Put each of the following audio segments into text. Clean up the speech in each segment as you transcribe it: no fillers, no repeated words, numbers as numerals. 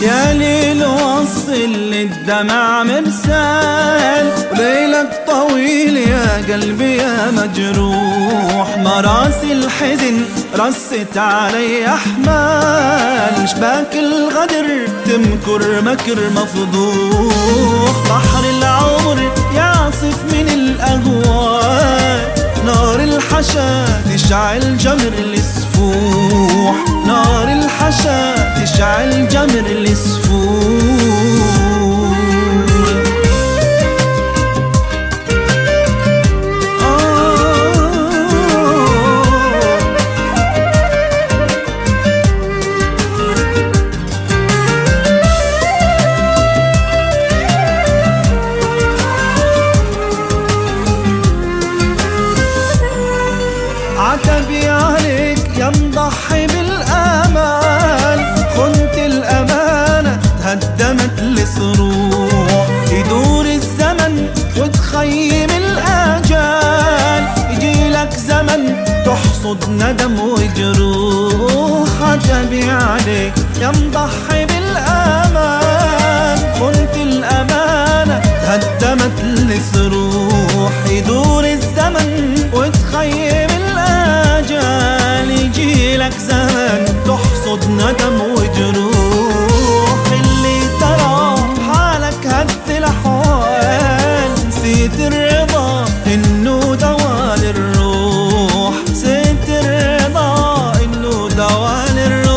يا ليل وصل للدمع مرسال، وليلك طويل يا قلبي يا مجروح. مراسي الحزن رست علي أحمال، شباك الغدر تمكر مكر مفضوح. بحر العمر يعصف من الأهوال، نار الحشا تشعل جمر السفوح. نار الحشا تشعل جمر السفوح. عتبي عليك يا مضحي بالآمال، خنت الأمانة تهدمت لصروح. يدور الزمن وتخيم الآجال، يجيلك زمن تحصد ندم وجروح. عتبي عليك يا مضحي بالآمال، خنت الأمانة تهدمت لصروح. يدور الزمن وتخيم الآجال، يجيلك زمن تحصد ندم وجروح. اللي ترى حالك هد الأحوال، نسيت الرضا إنه دوا للروح. نسيت الرضا إنه دوا للروح.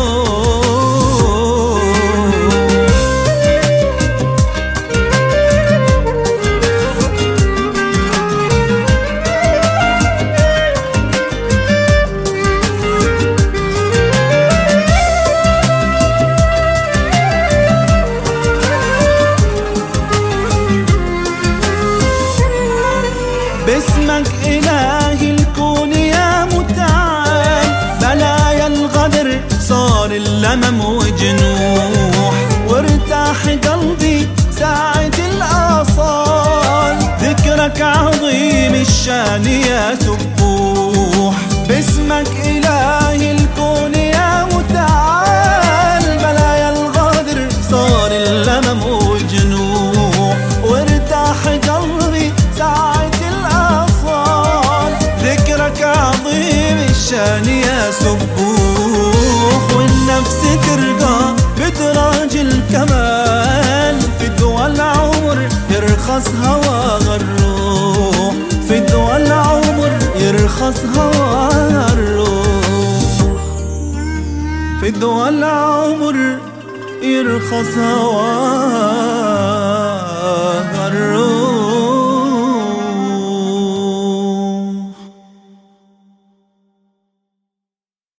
باسمك إلهي الكون يا متعال، بلايا الغدر صار اللمم وجنوح. وارتاح قلبي ساعة الآصال، ذكرك عظيم الشان يا سبوح. باسمك إلهي الكون يا متعال، بلايا الغدر صار اللمم وجنوح. وارتاح قلبي ساعة ذكرك عظيم الشان يا سبوح. والنفس ترقى بدراج الكمال، فدوى العمر يرخص هواها الروح. فدوى العمر يرخص هواها الروح. فدوى العمر يرخص هواها